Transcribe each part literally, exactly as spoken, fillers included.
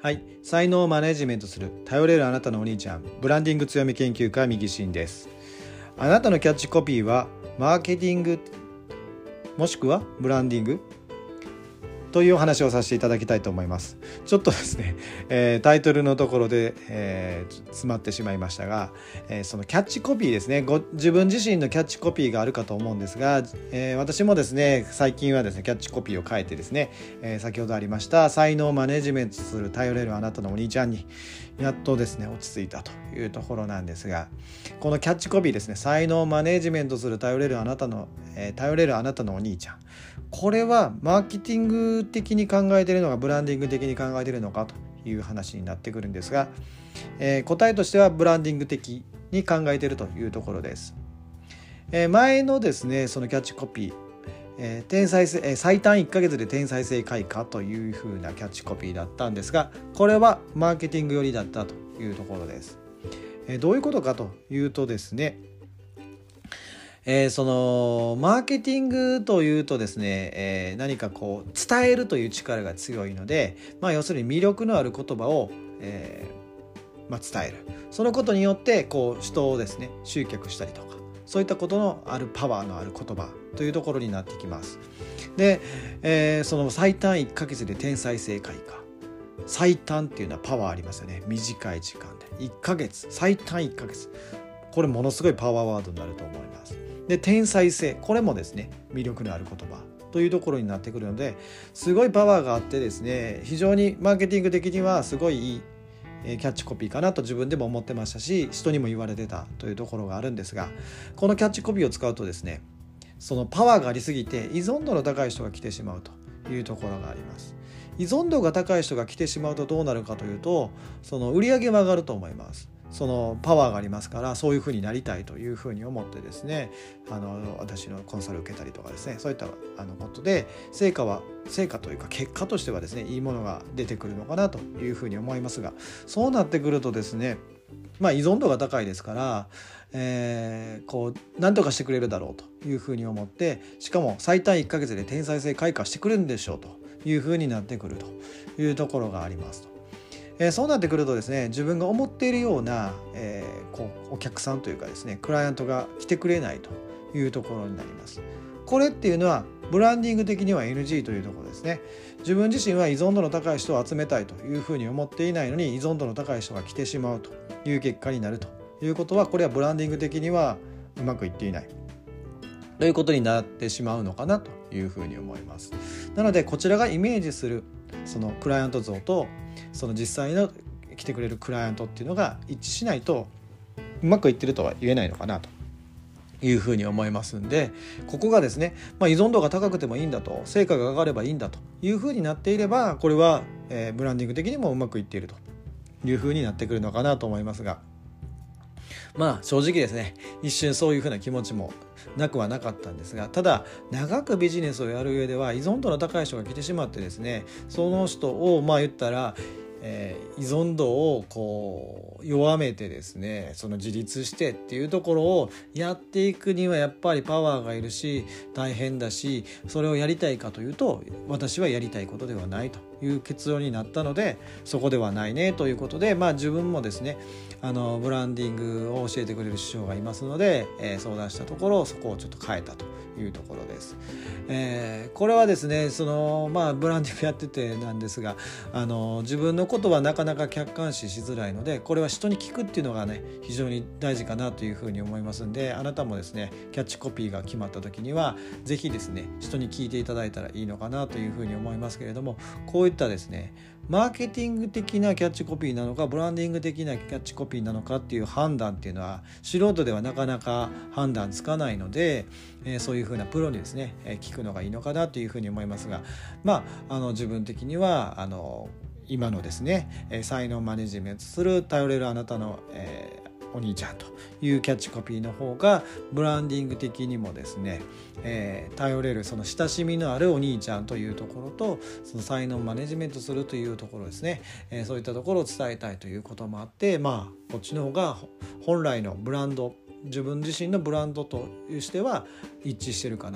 はい、才能をマネジメントする頼れるあなたのお兄ちゃん、ブランディング強み研究家右進です。あなたのキャッチコピーはマーケティングもしくはブランディングというお話をさせていただきたいと思います。ちょっとですね、えー、タイトルのところで、えー、詰まってしまいましたが、えー、そのキャッチコピーですね、ご自分自身のキャッチコピーがあるかと思うんですが、えー、私もですね最近はですねキャッチコピーを変えてですね、えー、先ほどありました才能をマネジメントする頼れるあなたのお兄ちゃんにやっとですね落ち着いたというところなんですが、このキャッチコピーですね、才能をマネジメントする頼れるあなたの、えー、頼れるあなたのお兄ちゃん、これはマーケティング的に考えているのかブランディング的に考えているのかという話になってくるんですが、えー、答えとしてはブランディング的に考えているというところです。えー、前のですねそのキャッチコピー、えー、天才性、えー、最短いっかげつで天才性開花というふうなキャッチコピーだったんですが、これはマーケティング寄りだったというところです。えー、どういうことかというとですね、えー、そのマーケティングというとですね、えー、何かこう伝えるという力が強いので、まあ、要するに魅力のある言葉を、えーまあ、伝える、そのことによってこう人をですね集客したりとか、そういったことのあるパワーのある言葉というところになってきます。で、えー、その最短いっかげつで天才性開花、最短っていうのはパワーありますよね。短い時間でいっかげつ、最短いっかげつ、これものすごいパワーワードになると思います。で、天才性、これもですね魅力のある言葉というところになってくるので、すごいパワーがあってですね、非常にマーケティング的にはすごいいいキャッチコピーかなと自分でも思ってましたし、人にも言われてたというところがあるんですが、このキャッチコピーを使うとですね、そのパワーがありすぎて依存度の高い人が来てしまうというところがあります。依存度が高い人が来てしまうとどうなるかというと、その売り上げも上がると思います。そのパワーがありますから、そういうふうになりたいというふうに思ってですね、あの私のコンサルを受けたりとかですね、そういったあのことで成果は成果というか結果としてはですねいいものが出てくるのかなというふうに思いますが、そうなってくるとですね、まあ依存度が高いですから、えー、こう何とかしてくれるだろうというふうに思って、しかも最短いっかげつで天才性開花してくれるんでしょうというふうになってくるというところがありますと。えー、そうなってくるとですね、自分が思っているような、えー、こうお客さんというかですねクライアントが来てくれないというところになります。これっていうのはブランディング的には エヌジー というところですね。自分自身は依存度の高い人を集めたいというふうに思っていないのに、依存度の高い人が来てしまうという結果になるということは、これはブランディング的にはうまくいっていないということになってしまうのかなというふうに思います。なのでこちらがイメージするそのクライアント像とその実際の来てくれるクライアントっていうのが一致しないとうまくいってるとは言えないのかなというふうに思いますんで、ここがですね、まあ、依存度が高くてもいいんだと、成果が上がればいいんだというふうになっていれば、これは、えー、ブランディング的にもうまくいっているというふうになってくるのかなと思いますが、まあ正直ですね、一瞬そういうふうな気持ちもなくはなかったんですが、ただ長くビジネスをやる上では依存度の高い人が来てしまってですね、その人をまあ言ったら、えー、依存度をこう弱めてですね、その自立してっていうところをやっていくにはやっぱりパワーがいるし大変だし、それをやりたいかというと私はやりたいことではないという結論になったので、そこではないねということで、まあ自分もですねあのブランディングを教えてくれる師匠がいますので、えー、相談したところそこをちょっと変えたというところです。えー、これはですねそのまあブランディングやっててなんですが、あの自分のことはなかなか客観視しづらいので、これは人に聞くっていうのがね非常に大事かなというふうに思いますんで、あなたもですねキャッチコピーが決まった時にはぜひですね人に聞いていただいたらいいのかなというふうに思いますけれども、こういったですねマーケティング的なキャッチコピーなのかブランディング的なキャッチコピーなのかっていう判断っていうのは素人ではなかなか判断つかないので、えー、そういうふうなプロにですね、えー、聞くのがいいのかなというふうに思いますが、まああの自分的にはあの今のですね、えー、才能マネジメントする頼れるあなたの、えーお兄ちゃんというキャッチコピーの方がブランディング的にもですね、えー、頼れるその親しみのあるお兄ちゃんというところと、その才能をマネジメントするというところですね、えー、そういったところを伝えたいということもあって、まあこっちの方が本来のブランド、自分自身のブランドとしては一致してるかなと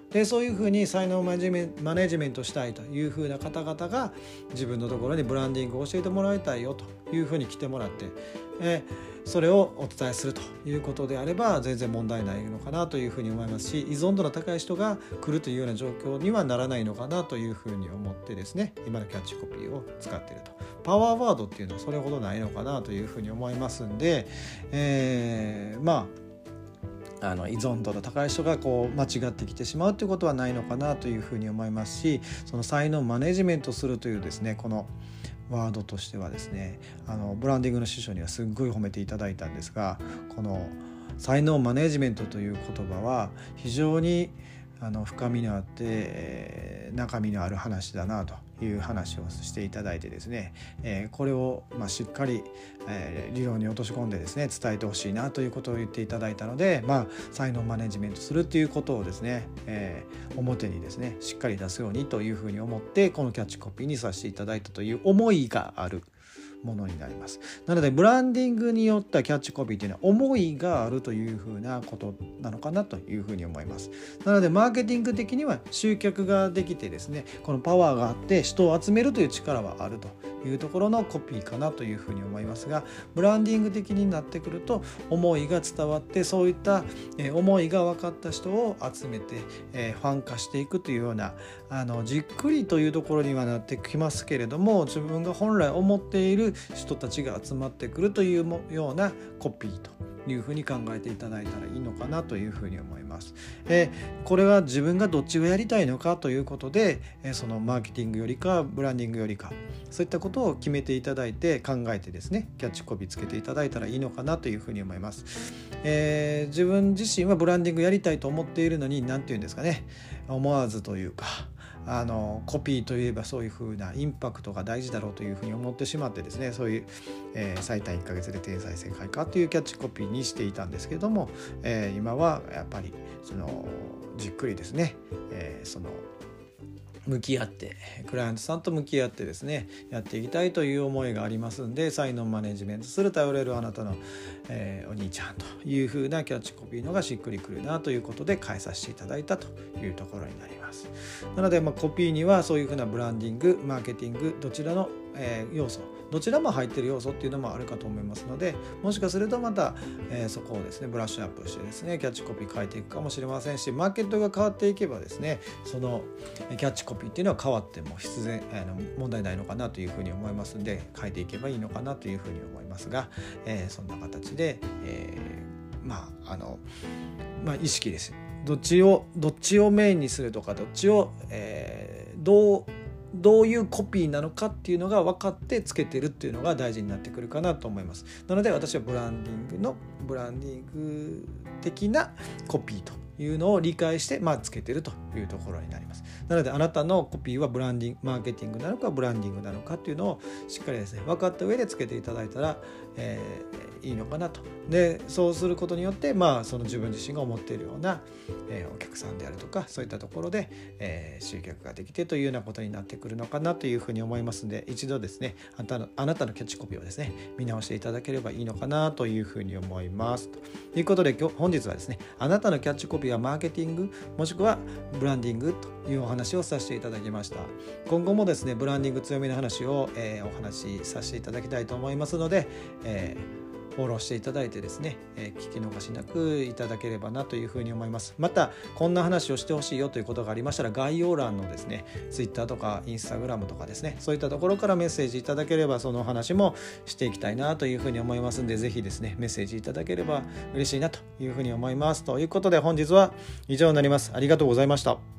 でそういうふうに才能マネジメント、マネジメントしたいというふうな方々が自分のところにブランディングを教えてもらいたいよというふうに来てもらって、えそれをお伝えするということであれば全然問題ないのかなというふうに思いますし、依存度の高い人が来るというような状況にはならないのかなというふうに思ってですね、今のキャッチコピーを使っていると。パワーワードっていうのはそれほどないのかなというふうに思いますんで、えー、まああの依存度の高い人がこう間違ってきてしまうということはないのかなというふうに思いますし、その才能をマネジメントするというですね、このワードとしてはですね、あのブランディングの師匠にはすっごい褒めていただいたんですが、この才能マネジメントという言葉は非常にあの深みのあって、えー、中身のある話だなという話をしていただいてですね、えー、これをまあしっかり、えー、理論に落とし込んでですね伝えてほしいなということを言っていただいたので、まあ、才能マネジメントするということをですね、えー、表にですねしっかり出すようにというふうに思ってこのキャッチコピーにさせていただいたという思いがあるものになります。なのでブランディングによったキャッチコピーというのは思いがあるというふうなことなのかなというふうに思います。なのでマーケティング的には集客ができてですね、このパワーがあって人を集めるという力はあるというところのコピーかなというふうに思いますが、ブランディング的になってくると思いが伝わって、そういった思いが分かった人を集めてファン化していくというような、あのじっくりというところにはなってきますけれども、自分が本来思っている人たちが集まってくるというようなコピーというふうに考えていただいたらいいのかなというふうに思います。えー、これは自分がどっちをやりたいのかということで、えー、そのマーケティングよりかブランディングよりか、そういったことを決めていただいて考えてですねキャッチコピーつけていただいたらいいのかなというふうに思います。えー、自分自身はブランディングやりたいと思っているのに、何て言うんですかね、思わずというか、あのコピーといえばそういう風なインパクトが大事だろうというふうに思ってしまってですね、そういう、えー、最短いっかげつで転載世界化というキャッチコピーにしていたんですけれども、えー、今はやっぱりそのじっくりですね、えー、その向き合ってクライアントさんと向き合ってですねやっていきたいという思いがありますんで、才能マネジメントする頼れるあなたの、えー、お兄ちゃんという風なキャッチコピーのがしっくりくるなということで変えさせていただいたというところになります。なので、まあ、コピーにはそういう風なブランディング、マーケティングどちらの、えー、要素どちらも入っている要素っていうのもあるかと思いますので、もしかするとまた、えー、そこをですねブラッシュアップしてですねキャッチコピー変えていくかもしれませんし、マーケットが変わっていけばですねそのキャッチコピーっていうのは変わっても必然、えー、問題ないのかなというふうに思いますので、変えていけばいいのかなというふうに思いますが、えー、そんな形で、えー、まああのまあ意識です。どっちをどっちをメインにするとか、どっちを、えー、どうどういうコピーなのかっていうのが分かってつけてるっていうのが大事になってくるかなと思います。なので私はブランディングのブランディング的なコピーというのを理解して、まあ、つけてるというところになります。なのであなたのコピーはブランディングマーケティングなのかブランディングなのかっていうのをしっかりですね分かった上でつけていただいたら、えー、いいのかなと。でそうすることによって、まあ、その自分自身が思っているような、えー、お客さんであるとかそういったところで、えー、集客ができてというようなことになってくるのかなというふうに思いますので、一度ですねあなたの、あなたのキャッチコピーをですね見直していただければいいのかなというふうに思います。ということで今日本日はですねあなたのキャッチコピーはマーケティングもしくはブランディングというお話をさせていただきました。今後もですねブランディング強みの話を、えー、お話しさせていただきたいと思いますので、えーフォローしていただいてですね、えー、聞き逃しなくいただければなというふうに思います。またこんな話をしてほしいよということがありましたら、概要欄のですね Twitter とか Instagram とかですねそういったところからメッセージいただければその話もしていきたいなというふうに思いますので、ぜひですねメッセージいただければ嬉しいなというふうに思います。ということで本日は以上になります。ありがとうございました。